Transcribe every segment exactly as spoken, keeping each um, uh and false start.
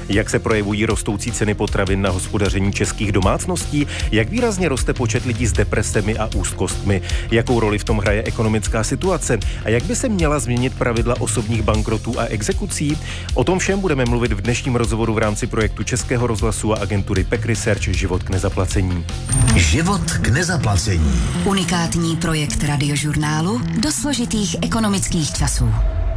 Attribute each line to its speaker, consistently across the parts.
Speaker 1: Jak se projevují rostoucí ceny potravin na hospodaření českých domácností? Jak výrazně roste počet lidí s depresemi a úzkostmi? Jakou roli v tom hraje ekonomická situace? A jak by se měla změnit pravidla osobních bankrotů a exekucí? O tom všem budeme mluvit v dnešním rozhovoru v rámci projektu Českého rozhlasu a agentury P E C Research Život k nezaplacení.
Speaker 2: Život k nezaplacení.
Speaker 3: Unikátní projekt radiožurnálu do složitých ekonomických časů.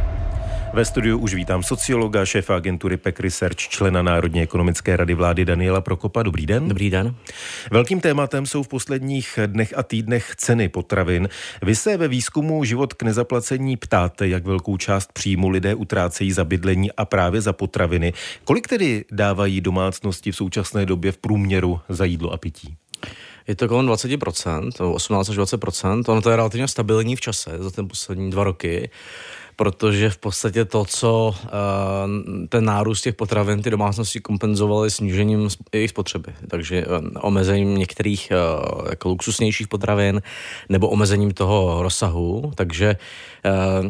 Speaker 1: Ve studiu už vítám sociologa, šéfa agentury P E C Research, člena Národní ekonomické rady vlády Daniela Prokopa. Dobrý den.
Speaker 4: Dobrý den.
Speaker 1: Velkým tématem jsou v posledních dnech a týdnech ceny potravin. Vy se ve výzkumu Život k nezaplacení ptáte, jak velkou část příjmu lidé utrácejí za bydlení a právě za potraviny. Kolik tedy dávají domácnosti v současné době v průměru za jídlo a pití?
Speaker 4: Je to kolem dvacet procent, osmnáct až dvacet procent. Ono to je relativně stabilní v čase za ten poslední dva roky, protože v podstatě to, co uh, ten nárůst těch potravin ty domácnosti kompenzovaly snížením jejich spotřeby. Takže uh, omezením některých uh, jako luxusnějších potravin nebo omezením toho rozsahu. Takže uh,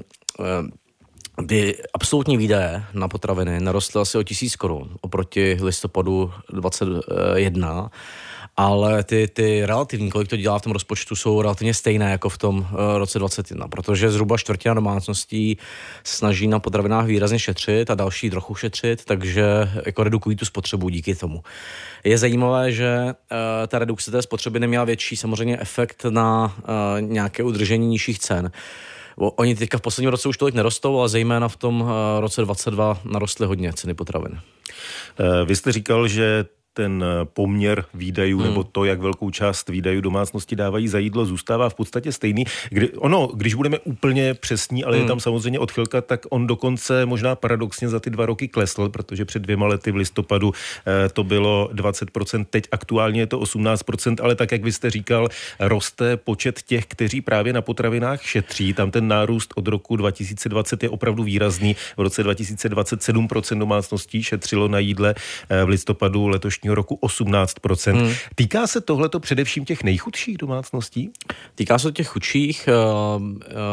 Speaker 4: uh, Ty absolutní výdaje na potraviny narostly asi o tisíc korun oproti listopadu dvacet jedna, ale ty, ty relativní, kolik to dělá v tom rozpočtu, jsou relativně stejné jako v tom uh, roce dvacet jedna, protože zhruba čtvrtina domácností snaží na potravinách výrazně šetřit a další trochu šetřit, takže jako redukují tu spotřebu díky tomu. Je zajímavé, že uh, ta redukce té spotřeby neměla větší samozřejmě efekt na uh, nějaké udržení nižších cen. Oni teďka v posledním roce už tolik nerostou, ale zejména v tom uh, roce dvacet dva narostly hodně ceny potravin.
Speaker 1: Uh, vy jste říkal, že ten poměr výdajů hmm. nebo to, jak velkou část výdajů domácnosti dávají za jídlo, zůstává v podstatě stejný. Kdy, ono, když budeme úplně přesní, ale hmm. je tam samozřejmě odchylka, tak on dokonce možná paradoxně za ty dva roky klesl, protože před dvěma lety v listopadu eh, to bylo dvacet procent, teď aktuálně je to osmnáct procent, ale tak, jak vy jste říkal, roste počet těch, kteří právě na potravinách šetří. Tam ten nárůst od roku dva tisíce dvacet je opravdu výrazný. V roce dva tisíce dvacet sedm procent domácností šetřilo na jídle, eh, v listopadu letošního roku osmnáct procent. Hmm. Týká se tohleto především těch nejchudších domácností?
Speaker 4: Týká se těch chudších. Uh,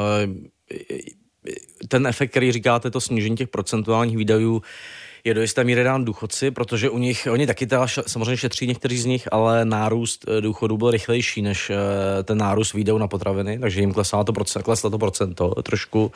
Speaker 4: uh, ten efekt, který říkáte, to snížení těch procentuálních výdajů, je do jisté míry dán důchodci, protože u nich, oni taky teda samozřejmě šetří někteří z nich, ale nárůst důchodů byl rychlejší než ten nárůst výdajů na potraviny, takže jim kleslo to procento, kleslo to procento trošku.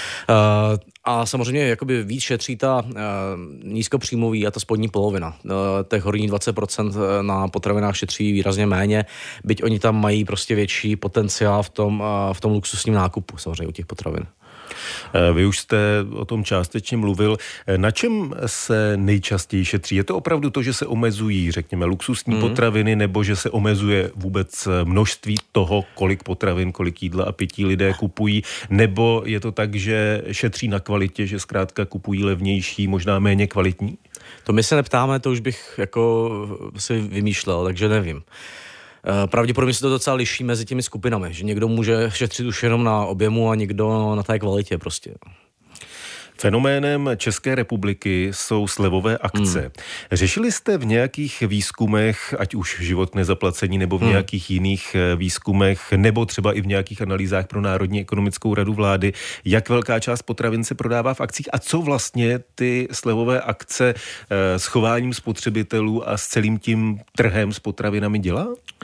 Speaker 4: A samozřejmě jakoby víc šetří ta nízkopříjmový a ta spodní polovina. Těch horních dvacet procent na potravinách šetří výrazně méně, byť oni tam mají prostě větší potenciál v tom, v tom luxusním nákupu samozřejmě u těch potravin.
Speaker 1: Vy už jste o tom částečně mluvil. Na čem se nejčastěji šetří? Je to opravdu to, že se omezují, řekněme, luxusní mm. potraviny, nebo že se omezuje vůbec množství toho, kolik potravin, kolik jídla a pití lidé kupují? Nebo je to tak, že šetří na kvalitě, že zkrátka kupují levnější, možná méně kvalitní?
Speaker 4: To my se neptáme, to už bych jako si vymýšlel, takže nevím. Pravděpodobně se to docela liší mezi těmi skupinami, že někdo může šetřit už jenom na objemu a někdo na té kvalitě prostě.
Speaker 1: Fenoménem České republiky jsou slevové akce. Hmm. Řešili jste v nějakých výzkumech, ať už Život k nezaplacení, nebo v hmm. nějakých jiných výzkumech, nebo třeba i v nějakých analýzách pro Národní ekonomickou radu vlády, jak velká část potravin se prodává v akcích a co vlastně ty slevové akce s chováním spotřebitelů a s celým tím trhem s potravinami dělá?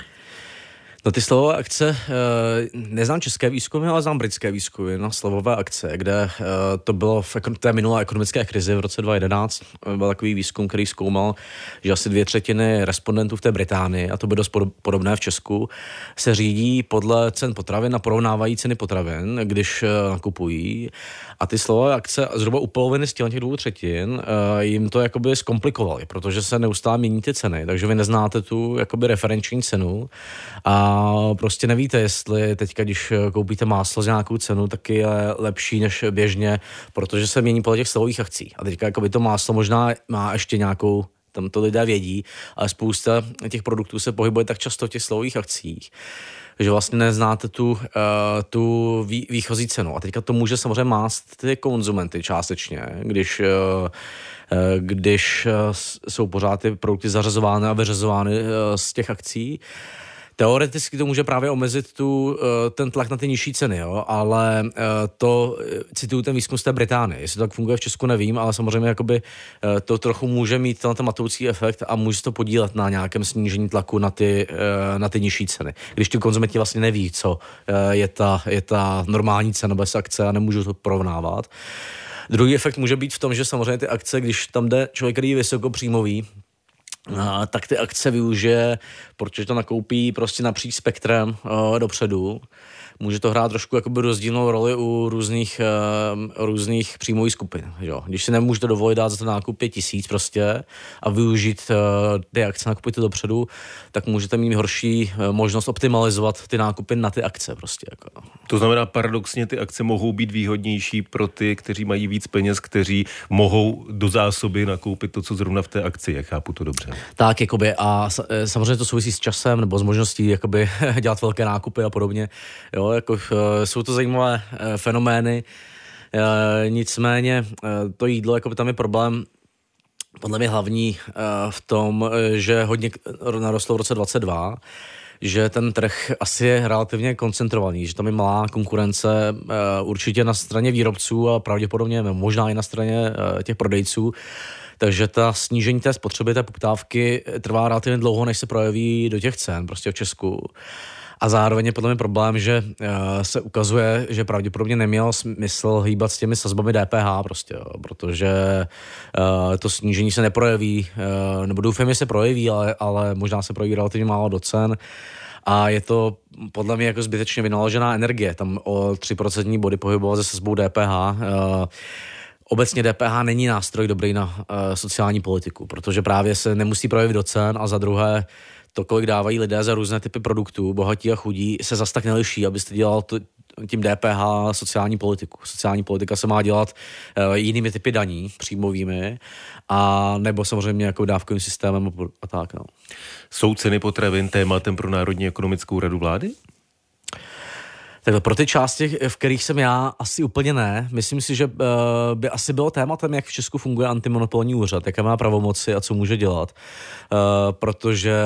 Speaker 4: No ty slevové akce, neznám české výzkumy, ale znám britské výzkumy na slevové akce, kde to bylo v té minulé ekonomické krizi v roce dva tisíce jedenáct, byl takový výzkum, který zkoumal, že asi dvě třetiny respondentů v té Británii, a to by dost podobné v Česku, se řídí podle cen potravin a porovnávají ceny potravin, když nakupují. A ty slevové akce, zhruba u poloviny z těch dvou třetin, jim to jakoby zkomplikovaly, protože se neustále mění ty ceny, takže vy neznáte tu jakoby referenční cenu a prostě nevíte, jestli teďka, když koupíte máslo za nějakou cenu, tak je lepší než běžně, protože se mění podle těch slevových akcí. A teďka jakoby to máslo možná má ještě nějakou, tam to lidé vědí, ale spousta těch produktů se pohybuje tak často v těch slevových akcích, že vlastně neznáte tu, uh, tu vý, výchozí cenu. A teďka to může samozřejmě mást ty konzumenty částečně, když, uh, když uh, jsou pořád ty produkty zařazovány a vyřazovány uh, z těch akcí. Teoreticky to může právě omezit tu, ten tlak na ty nižší ceny, jo? Ale to, cituju ten výzkum z té Británie, jestli to tak funguje v Česku, nevím, ale samozřejmě jakoby to trochu může mít ten matoucí efekt a může to podílet na nějakém snížení tlaku na ty, na ty nižší ceny. Když ty konzumenti vlastně neví, co je ta, je ta normální cena bez akce a nemůžou to porovnávat. Druhý efekt může být v tom, že samozřejmě ty akce, když tam jde člověk, který je vysokopříjmový, a tak ty akce využije, protože to nakoupí prostě napříč spektrem uh, dopředu. Může to hrát trošku jakoby rozdílnou roli u různých, uh, různých příjmových skupin. Jo. Když si nemůžete dovolit dát za to nákup pět tisíc prostě a využít uh, ty akce, nakupit to dopředu, tak můžete mít horší uh, možnost optimalizovat ty nákupy na ty akce prostě. Jako.
Speaker 1: To znamená, paradoxně ty akce mohou být výhodnější pro ty, kteří mají víc peněz, kteří mohou do zásoby nakoupit to, co zrovna v té akci je. Chápu to dobře.
Speaker 4: Tak, jakoby, a samozřejmě to souvisí s časem nebo s možností jakoby, dělat velké nákupy a podobně. Jo, jako, jsou to zajímavé fenomény, nicméně to jídlo, jakoby, tam je problém podle mě hlavní v tom, že hodně narostlo v roce dvacet dva, že ten trh asi je relativně koncentrovaný, že tam je malá konkurence určitě na straně výrobců a pravděpodobně možná i na straně těch prodejců. Takže ta snížení té spotřeby, té poptávky trvá relativně dlouho, než se projeví do těch cen prostě v Česku. A zároveň je podle mě problém, že uh, se ukazuje, že pravděpodobně neměl smysl hýbat s těmi sazbami D P H prostě, jo, protože uh, to snížení se neprojeví, uh, nebo doufám, že se projeví, ale, ale možná se projeví relativně málo do cen. A je to podle mě jako zbytečně vynaložená energie, tam o tři procentní body pohybovat se sazbou D P H. Uh, Obecně D P H není nástroj dobrý na uh, sociální politiku, protože právě se nemusí projevit do cen a za druhé to, kolik dávají lidé za různé typy produktů, bohatí a chudí, se zas tak neliší, abyste dělal to, tím D P H sociální politiku. Sociální politika se má dělat uh, jinými typy daní, příjmovými, a nebo samozřejmě jako dávkovým systémem a tak. No.
Speaker 1: Jsou ceny potravin tématem pro Národní ekonomickou radu vlády?
Speaker 4: Takhle, pro ty části, v kterých jsem já, asi úplně ne. Myslím si, že uh, by asi bylo tématem, jak v Česku funguje antimonopolní úřad, jaké má pravomoci a co může dělat. Uh, protože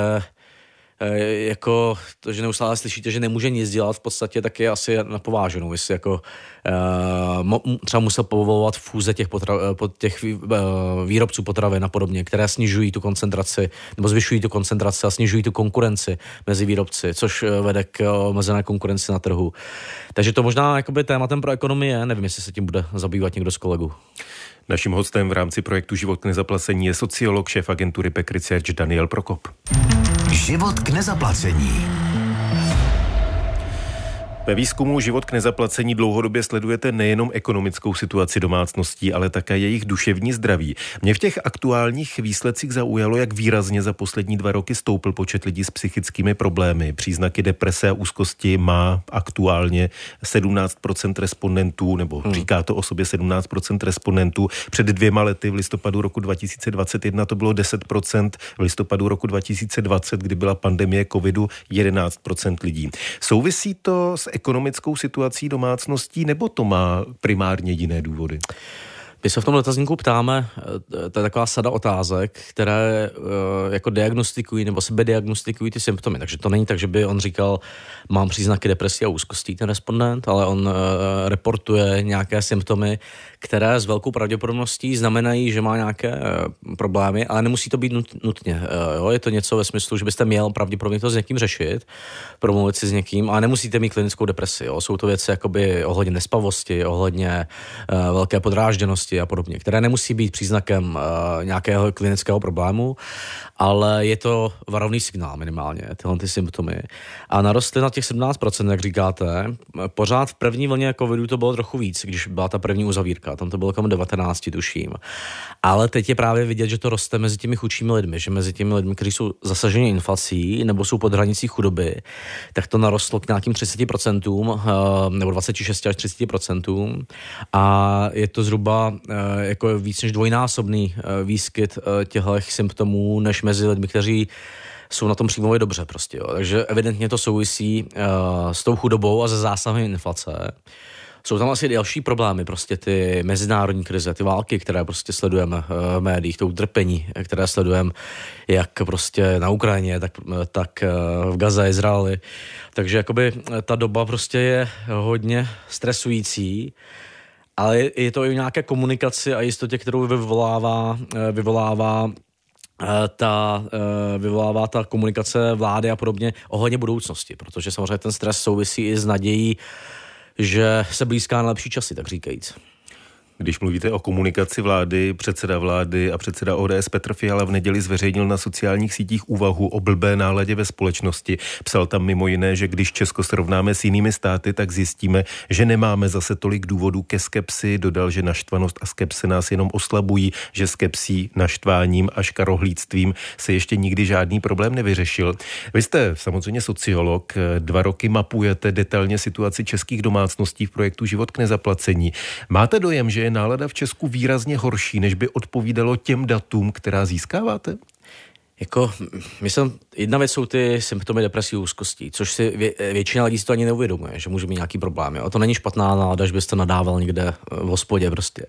Speaker 4: jako to, že neustále slyšíte, že nemůže nic dělat, v podstatě tak je asi napováženou. Jestli jako uh, třeba musel povolovat fúze těch, potra- těch výrobců potravin a podobně, které snižují tu koncentraci, nebo zvyšují tu koncentraci a snižují tu konkurenci mezi výrobci, což vede k omezené konkurenci na trhu. Takže to možná jakoby tématem pro ekonomii je, nevím, jestli se tím bude zabývat někdo z kolegů.
Speaker 1: Naším hostem v rámci projektu Život k nezaplacení je sociolog, šéf agentury P E C Research Daniel Prokop.
Speaker 2: Život k nezaplacení.
Speaker 1: Ve výzkumu Život k nezaplacení dlouhodobě sledujete nejenom ekonomickou situaci domácností, ale také jejich duševní zdraví. Mě v těch aktuálních výsledcích zaujalo, jak výrazně za poslední dva roky stoupl počet lidí s psychickými problémy. Příznaky deprese a úzkosti má aktuálně sedmnáct procent respondentů, nebo hmm. říká to o sobě sedmnáct procent respondentů. Před dvěma lety v listopadu roku dva tisíce dvacet jedna to bylo deset procent, v listopadu roku dva tisíce dvacet, kdy byla pandemie covidu, jedenáct procent lidí. Souvisí to s ekonomickou situací domácností, nebo to má primárně jiné důvody?
Speaker 4: My se v tom dotazníku ptáme, to je taková sada otázek, které jako diagnostikují nebo sebediagnostikují ty symptomy. Takže to není tak, že by on říkal, mám příznaky depresie a úzkostí, ten respondent, ale on reportuje nějaké symptomy, které s velkou pravděpodobností znamenají, že má nějaké problémy, ale nemusí to být nutně. Jo? Je to něco ve smyslu, že byste měl pravděpodobně to s někým řešit, promluvit si s někým, ale nemusíte mít klinickou depresi. Jo? Jsou to věci jakoby ohledně nespavosti, ohledně uh, velké podrážděnosti a podobně, které nemusí být příznakem uh, nějakého klinického problému, ale je to varovný signál minimálně, tyhle ty symptomy. A narostly na těch sedmnáct procent, jak říkáte. Pořád v první vlně covidu to bylo trochu víc, když byla ta první uzavírka, tam to bylo kolem devatenáct, tuším. Ale teď je právě vidět, že to roste mezi těmi chudšími lidmi, že mezi těmi lidmi, kteří jsou zasaženi inflací nebo jsou pod hranicí chudoby, tak to narostlo k nějakým třicet procent nebo dvacet šest až třicet procent a je to zhruba jako víc než dvojnásobný výskyt těchto symptomů než mezi lidmi, kteří jsou na tom příjmově dobře prostě. Jo. Takže evidentně to souvisí uh, s tou chudobou a se zásahem inflace. Jsou tam asi další problémy, prostě ty mezinárodní krize, ty války, které prostě sledujeme v médiích, to utrpení, které sledujeme jak prostě na Ukrajině, tak, tak v Gaze, Izraeli. Takže jakoby ta doba prostě je hodně stresující, ale je to i nějaké komunikaci a jistotě, kterou vyvolává, vyvolává ta vyvolává ta komunikace vlády a podobně ohledně budoucnosti, protože samozřejmě ten stres souvisí i s nadějí, že se blízká na lepší časy, tak říkajíc.
Speaker 1: Když mluvíte o komunikaci vlády, předseda vlády a předseda O D S Petr Fiala v neděli zveřejnil na sociálních sítích úvahu o blbé náladě ve společnosti. Psal tam mimo jiné, že když Česko srovnáme s jinými státy, tak zjistíme, že nemáme zase tolik důvodů ke skepsi. Dodal, že naštvanost a skepse nás jenom oslabují, že skepsí, naštváním a škarohlídstvím se ještě nikdy žádný problém nevyřešil. Vy jste samozřejmě sociolog, dva roky mapujete detailně situaci českých domácností v projektu Život k nezaplacení. Máte dojem, že je nálada v Česku výrazně horší, než by odpovídalo těm datům, která získáváte?
Speaker 4: Jako, myslím, jedna věc jsou ty symptomy depresí úzkostí, což si vě, většina lidí si to ani neuvědomuje, že může mít nějaký problém. Jo? To není špatná nálada, že byste nadával někde v hospodě prostě.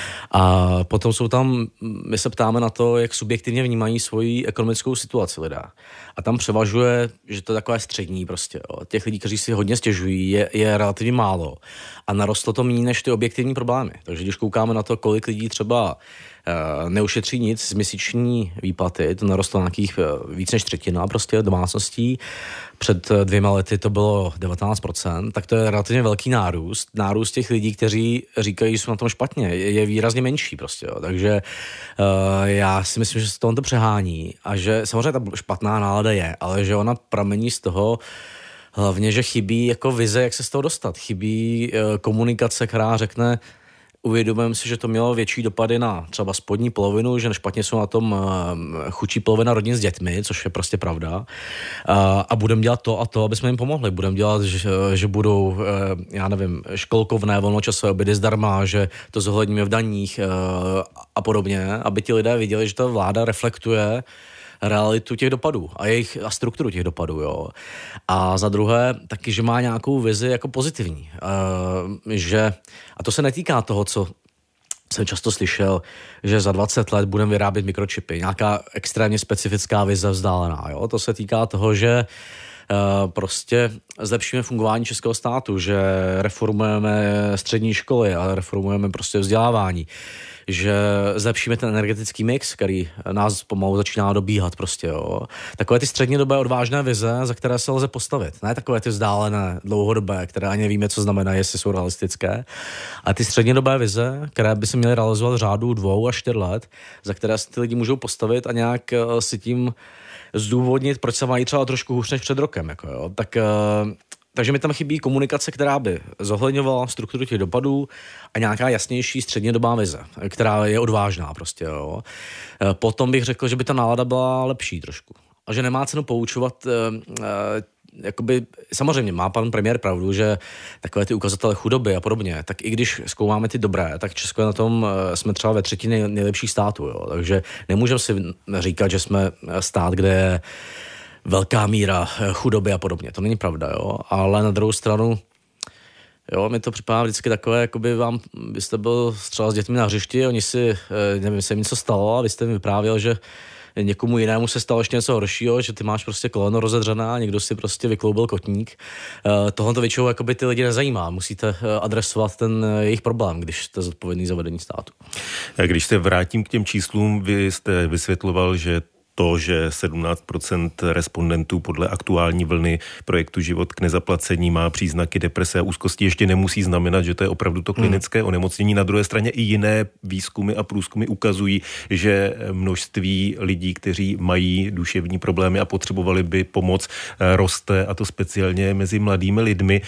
Speaker 4: A potom jsou tam, my se ptáme na to, jak subjektivně vnímají svoji ekonomickou situaci lidé. A tam převažuje, že to je takové střední prostě. Jo? Těch lidí, kteří si hodně stěžují, je, je relativně málo. A narostlo to méně než ty objektivní problémy. Takže když koukáme na to, kolik lidí třeba neušetří nic z měsíční výplaty, to narostlo nějakých víc než třetina prostě domácností. Před dvěma lety to bylo devatenáct procent, tak to je relativně velký nárůst. Nárůst těch lidí, kteří říkají, že jsou na tom špatně, je výrazně menší prostě. Jo. Takže uh, já si myslím, že se to přehání a že samozřejmě ta špatná nálada je, ale že ona pramení z toho, hlavně, že chybí jako vize, jak se z toho dostat. Chybí uh, komunikace, která řekne, uvědomujeme si, že to mělo větší dopady na třeba spodní polovinu, že špatně jsou na tom chudší polovina rodin s dětmi, což je prostě pravda. A budeme dělat to a to, aby jsme jim pomohli. Budeme dělat, že, že budou, já nevím, školkovné, volnočasové obědy zdarma, že to zohledníme v daních a podobně, aby ti lidé viděli, že ta vláda reflektuje realitu těch dopadů a jejich a strukturu těch dopadů, jo. A za druhé taky, že má nějakou vizi jako pozitivní. E, že, a to se netýká toho, co jsem často slyšel, že za dvacet let budeme vyrábět mikročipy. Nějaká extrémně specifická vize vzdálená, jo. To se týká toho, že e, prostě zlepšíme fungování českého státu, že reformujeme střední školy a reformujeme prostě vzdělávání, že zlepšíme ten energetický mix, který nás pomalu začíná dobíhat prostě, jo. Takové ty střednědobé odvážné vize, za které se lze postavit. Ne takové ty vzdálené, dlouhodobé, které ani nevíme, co znamená, jestli jsou realistické, ale ty střednědobé vize, které by se měly realizovat v řádu dvou až čtyř let, za které se ty lidi můžou postavit a nějak si tím zdůvodnit, proč se mají třeba trošku hůř než před rokem, jako jo. Tak Takže mi tam chybí komunikace, která by zohledňovala strukturu těch dopadů a nějaká jasnější střednědobá vize, která je odvážná prostě, jo. Potom bych řekl, že by ta nálada byla lepší trošku. A že nemá cenu poučovat, eh, jakoby, samozřejmě má pan premiér pravdu, že takové ty ukazatele chudoby a podobně, tak i když zkoumáme ty dobré, tak Česko je na tom, jsme třeba ve třetině nejlepších států, jo. Takže nemůžeme si říkat, že jsme stát, kde je velká míra chudoby a podobně. To není pravda, jo. Ale na druhou stranu, jo, mi to připadá vždycky takové, jakoby vám, vy jste byl třeba s dětmi na hřišti, oni si, nevím, se jim něco stalo a vy jste mi vyprávěl, že někomu jinému se stalo ještě něco horšího, že ty máš prostě koleno rozedřené a někdo si prostě vykloubil kotník. Tohle to většinou jakoby ty lidi nezajímá. Musíte adresovat ten jejich problém, když jste zodpovědný za vedení státu.
Speaker 1: Když se vrátím k těm číslům, vy jste vysvětloval, že to, že sedmnáct procent respondentů podle aktuální vlny projektu Život k nezaplacení má příznaky deprese a úzkosti, ještě nemusí znamenat, že to je opravdu to klinické hmm. onemocnění. Na druhé straně i jiné výzkumy a průzkumy ukazují, že množství lidí, kteří mají duševní problémy a potřebovali by pomoc, roste, a to speciálně mezi mladými lidmi.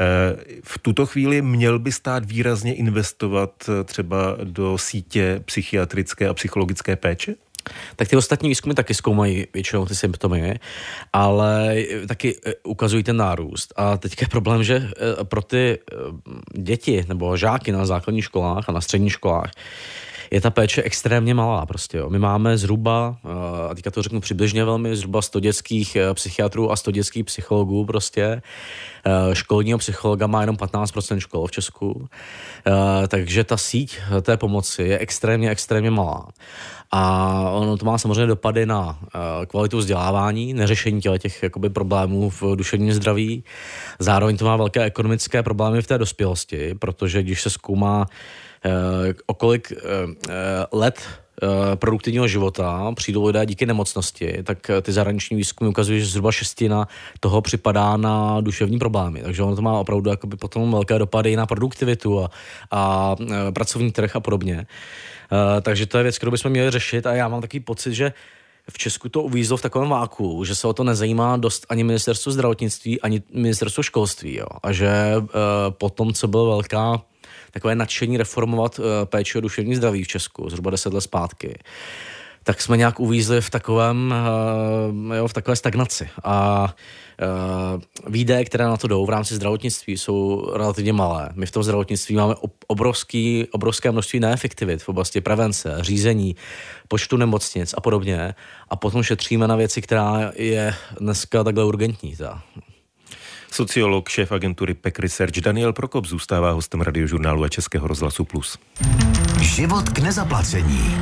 Speaker 1: V tuto chvíli měl by stát výrazně investovat třeba do sítě psychiatrické a psychologické péče?
Speaker 4: Tak ty ostatní výzkumy taky zkoumají většinou ty symptomy, ale taky ukazují ten nárůst. A teďka je problém, že pro ty děti nebo žáky na základních školách a na středních školách je ta péče extrémně malá prostě, jo. My máme zhruba, a teďka to řeknu přibližně velmi, zhruba sto dětských psychiatrů a sto dětských psychologů prostě. Školního psychologa má jenom patnáct procent škol v Česku, takže ta síť té pomoci je extrémně, extrémně malá. A ono to má samozřejmě dopady na kvalitu vzdělávání, neřešení těch jakoby problémů v duševním zdraví. Zároveň to má velké ekonomické problémy v té dospělosti, protože když se zkoumá o kolik let produktivního života přijdou lidé díky nemocnosti, tak ty zahraniční výzkumy ukazují, že zhruba šestina toho připadá na duševní problémy. Takže ono to má opravdu jakoby potom velké dopady na produktivitu a, a pracovní trh a podobně. Takže to je věc, kterou bychom měli řešit a já mám takový pocit, že v Česku to uvízlo v takovém váku, že se o to nezajímá dost ani ministerstvo zdravotnictví, ani ministerstvo školství. Jo. A že e, potom, co byla velká takové nadšení reformovat e, péči o duševní zdraví v Česku, zhruba deset let zpátky, tak jsme nějak uvízli v takovém, e, jo, v takové stagnaci. A e, výdaje, které na to jdou v rámci zdravotnictví, jsou relativně malé. My v tom zdravotnictví máme obrovský, obrovské množství neefektivit v oblasti prevence, řízení, počtu nemocnic a podobně. A potom šetříme na věci, která je dneska takhle urgentní. Ta.
Speaker 1: Sociolog, šéf agentury P E C Research Daniel Prokop zůstává hostem Radiožurnálu a Českého rozhlasu Plus.
Speaker 2: Život k nezaplacení.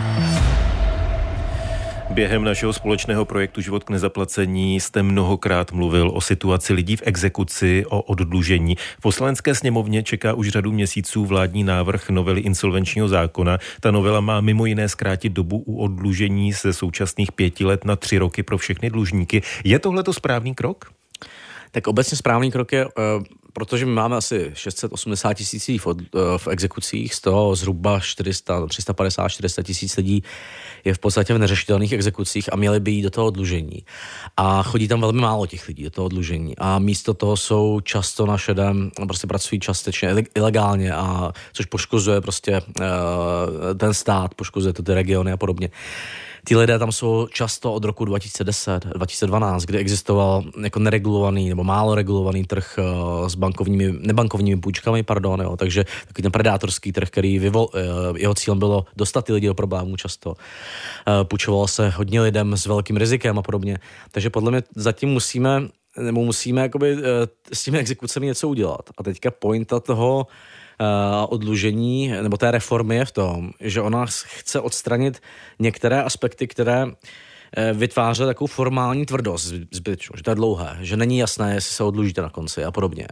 Speaker 1: Během našeho společného projektu Život k nezaplacení jste mnohokrát mluvil o situaci lidí v exekuci, o oddlužení. V Poslanecké sněmovně čeká už řadu měsíců vládní návrh novely insolvenčního zákona. Ta novela má mimo jiné zkrátit dobu u oddlužení ze současných pěti let na tři roky pro všechny dlužníky. Je tohleto správný krok?
Speaker 4: Tak obecně správný krok je, protože my máme asi šest set osmdesát tisíc lidí v, v exekucích, z toho zhruba čtyři sta, tři sta padesát, čtyři sta tisíc lidí je v podstatě v neřešitelných exekucích a měli by jít do toho oddlužení. A chodí tam velmi málo těch lidí do toho oddlužení. A místo toho jsou často na šedém, prostě pracují částečně ilegálně, a což poškozuje prostě ten stát, poškozuje to ty regiony a podobně. Ty lidé tam jsou často od roku dva tisíce deset, dva tisíce dvanáct, kdy existoval jako neregulovaný nebo málo regulovaný trh s bankovními, nebankovními půjčkami, pardon, jo, takže takový ten predátorský trh, který vyvol, jeho cílem bylo dostat ty lidi do problémů často. Půjčovalo se hodně lidem s velkým rizikem a podobně. Takže podle mě zatím musíme, nebo musíme jakoby s těmi exekucemi něco udělat. A teďka pointa toho oddlužení nebo té reformy je v tom, že ona chce odstranit některé aspekty, které vytváří takovou formální tvrdost zbytečnou, že to je dlouhé, že není jasné, jestli se oddlužíte na konci a podobně.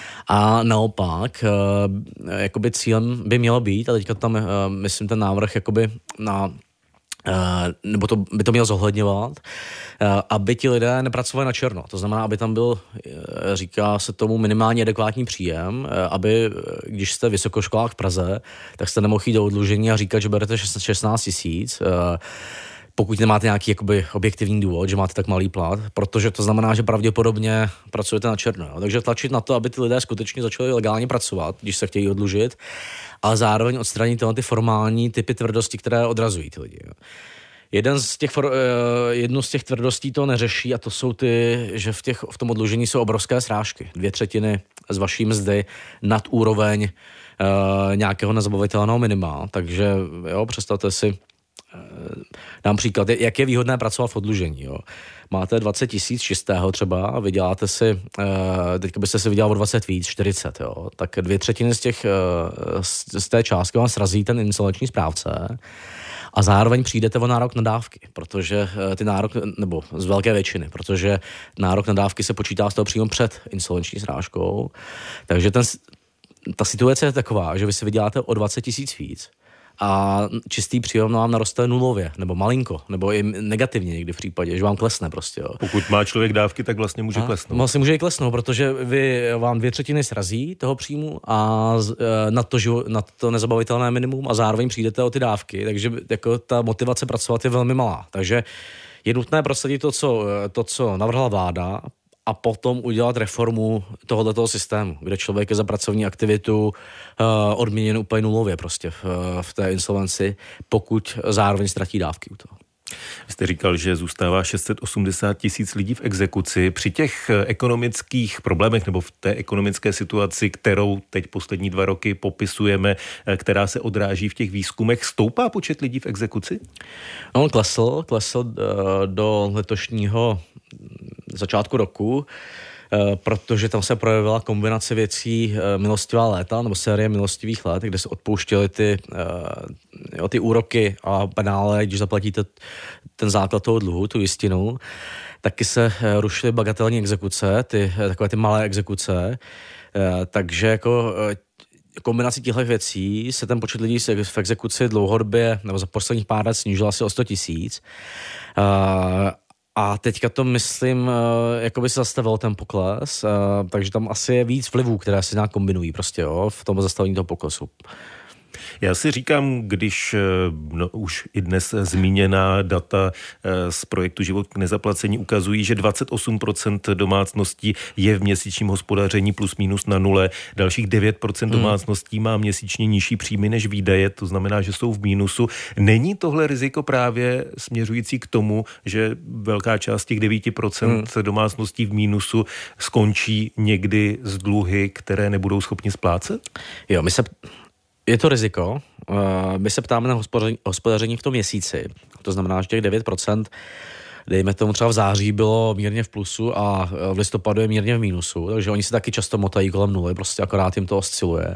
Speaker 4: A naopak, jakoby cílem by mělo být, a teďka tam, myslím, ten návrh jakoby na Uh, nebo to, by to měl zohledňovat, uh, aby ti lidé nepracovali na černo. To znamená, aby tam byl, uh, říká se tomu, minimálně adekvátní příjem, uh, aby, uh, když jste vysokoškolák v Praze, tak jste nemohli jít do oddlužení a říkat, že berete šestnáct tisíc, uh, pokud nemáte nějaký jakoby objektivní důvod, že máte tak malý plat, protože to znamená, že pravděpodobně pracujete na černo. Jo. Takže tlačit na to, aby ty lidé skutečně začali legálně pracovat, když se chtějí oddlužit, ale zároveň odstranit tyhle ty formální typy tvrdosti, které odrazují ty lidi. Jo. Jeden z těch, jednu z těch tvrdostí to neřeší, a to jsou ty, že v, těch, v tom oddlužení jsou obrovské srážky. Dvě třetiny z vaší mzdy nad úroveň uh, nějakého nezabavitelného minima. Takže jo, představte si, dám příklad, jak je výhodné pracovat v oddlužení. Jo. Máte dvacet tisíc čistého třeba a vyděláte si, teďka byste si vydělal o dvacet víc, čtyřicet, jo. Tak dvě třetiny z, těch, z té částky vám srazí ten insolvenční správce a zároveň přijdete o nárok na dávky, protože ty nárok, nebo z velké většiny, protože nárok na dávky se počítá z toho přímo před insolvenční srážkou. Takže ten, ta situace je taková, že vy si vyděláte o dvacet tisíc víc a čistý příjem vám naroste nulově, nebo malinko, nebo i negativně někdy v případě, že vám klesne prostě. Jo.
Speaker 1: Pokud má člověk dávky, tak vlastně může a, klesnout.
Speaker 4: Vlastně může i klesnout, protože vy vám dvě třetiny srazí toho příjmu a na to, na to nezabavitelné minimum a zároveň přijdete o ty dávky, takže jako ta motivace pracovat je velmi malá. Takže je nutné prosadit to, co, to, co navrhla vláda, a potom udělat reformu tohoto systému, kde člověk je za pracovní aktivitu uh, odměněn úplně nulově prostě v, v té insolvenci, pokud zároveň ztratí dávky u toho.
Speaker 1: Vy jste říkal, že zůstává šest set osmdesát tisíc lidí v exekuci. Při těch ekonomických problémech nebo v té ekonomické situaci, kterou teď poslední dva roky popisujeme, která se odráží v těch výzkumech, stoupá počet lidí v exekuci?
Speaker 4: On klesl, klesl do letošního začátku roku, protože tam se projevila kombinace věcí milostivá léta nebo série milostivých let, kde se odpouštěly ty, jo, ty úroky a penále, když zaplatíte ten základ toho dluhu, tu jistinu. Taky se rušily bagatelní exekuce, ty, takové ty malé exekuce, takže jako kombinací těchto věcí se ten počet lidí v exekuci dlouhodobě nebo za posledních pár let snížil asi o sto tisíc. A teďka to myslím, jako by se zastavil ten pokles, takže tam asi je víc vlivů, které se nějak kombinují prostě, jo, v tom zastavení toho poklesu.
Speaker 1: Já si říkám, když no, už i dnes zmíněná data z projektu Život k nezaplacení ukazují, že dvacet osm procent domácností je v měsíčním hospodaření plus minus na nule, dalších devět procent domácností má měsíčně nižší příjmy než výdaje, to znamená, že jsou v mínusu. Není tohle riziko právě směřující k tomu, že velká část těch devět procent hmm. domácností v mínusu skončí někdy z dluhy, které nebudou schopni splácet?
Speaker 4: Jo, my se... Je to riziko. My se ptáme na hospodaření, hospodaření v tom měsíci. To znamená, že těch devět procent, dejme tomu třeba v září, bylo mírně v plusu a v listopadu je mírně v mínusu, takže oni se taky často motají kolem nuly, prostě akorát jim to osciluje.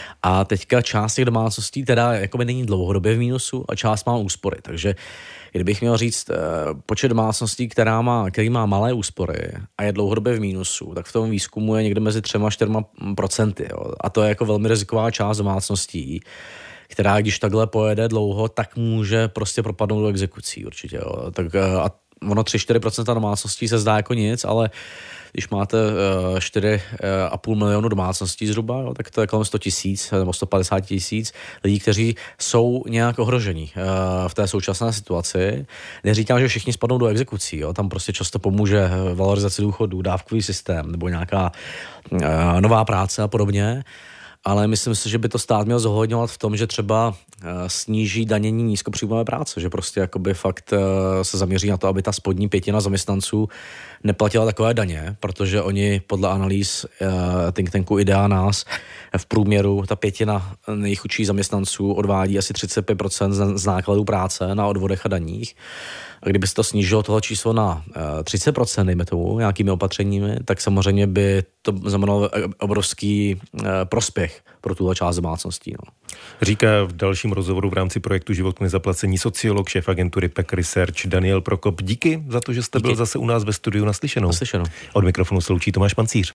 Speaker 4: A teďka část těch domácností teda jakoby není dlouhodobě v mínusu a část má úspory, takže kdybych měl říct počet domácností, která má, který má malé úspory a je dlouhodobě v mínusu, tak v tom výzkumu je někde mezi třema a čtyřma procenty. Jo. A to je jako velmi riziková část domácností, která když takhle pojede dlouho, tak může prostě propadnout do exekucí určitě. Jo. Tak a ono tři až čtyři procenta domácností se zdá jako nic, ale když máte čtyři a půl milionu domácností zhruba, jo, tak to je kolem sto tisíc nebo sto padesát tisíc lidí, kteří jsou nějak ohroženi v té současné situaci. Neříkám, že všichni spadnou do exekucí, jo, tam prostě často pomůže valorizace důchodů, dávkový systém nebo nějaká nová práce a podobně. Ale myslím si, že by to stát měl zohledňovat v tom, že třeba sníží danění nízkopříjmové práce, že prostě jakoby fakt se zaměří na to, aby ta spodní pětina zaměstnanců neplatila takové daně, protože oni podle analýz think tanku Idea nás v průměru ta pětina nejchudších zaměstnanců odvádí asi třicet pět procent z nákladů práce na odvodech a daních. A kdyby se to snížilo tohle číslo na třicet procent, dejme tomu, nějakými opatřeními, tak samozřejmě by to znamenalo obrovský prospěch pro tuhle část domácností. No.
Speaker 1: Říká v dalším rozhovoru v rámci projektu Život k nezaplacení sociolog, šéf agentury P E C Research Daniel Prokop. Díky za to, že jste Díky. byl zase u nás ve studiu naslyšenou.
Speaker 4: Naslyšenou.
Speaker 1: Od mikrofonu se loučí Tomáš Pancíř.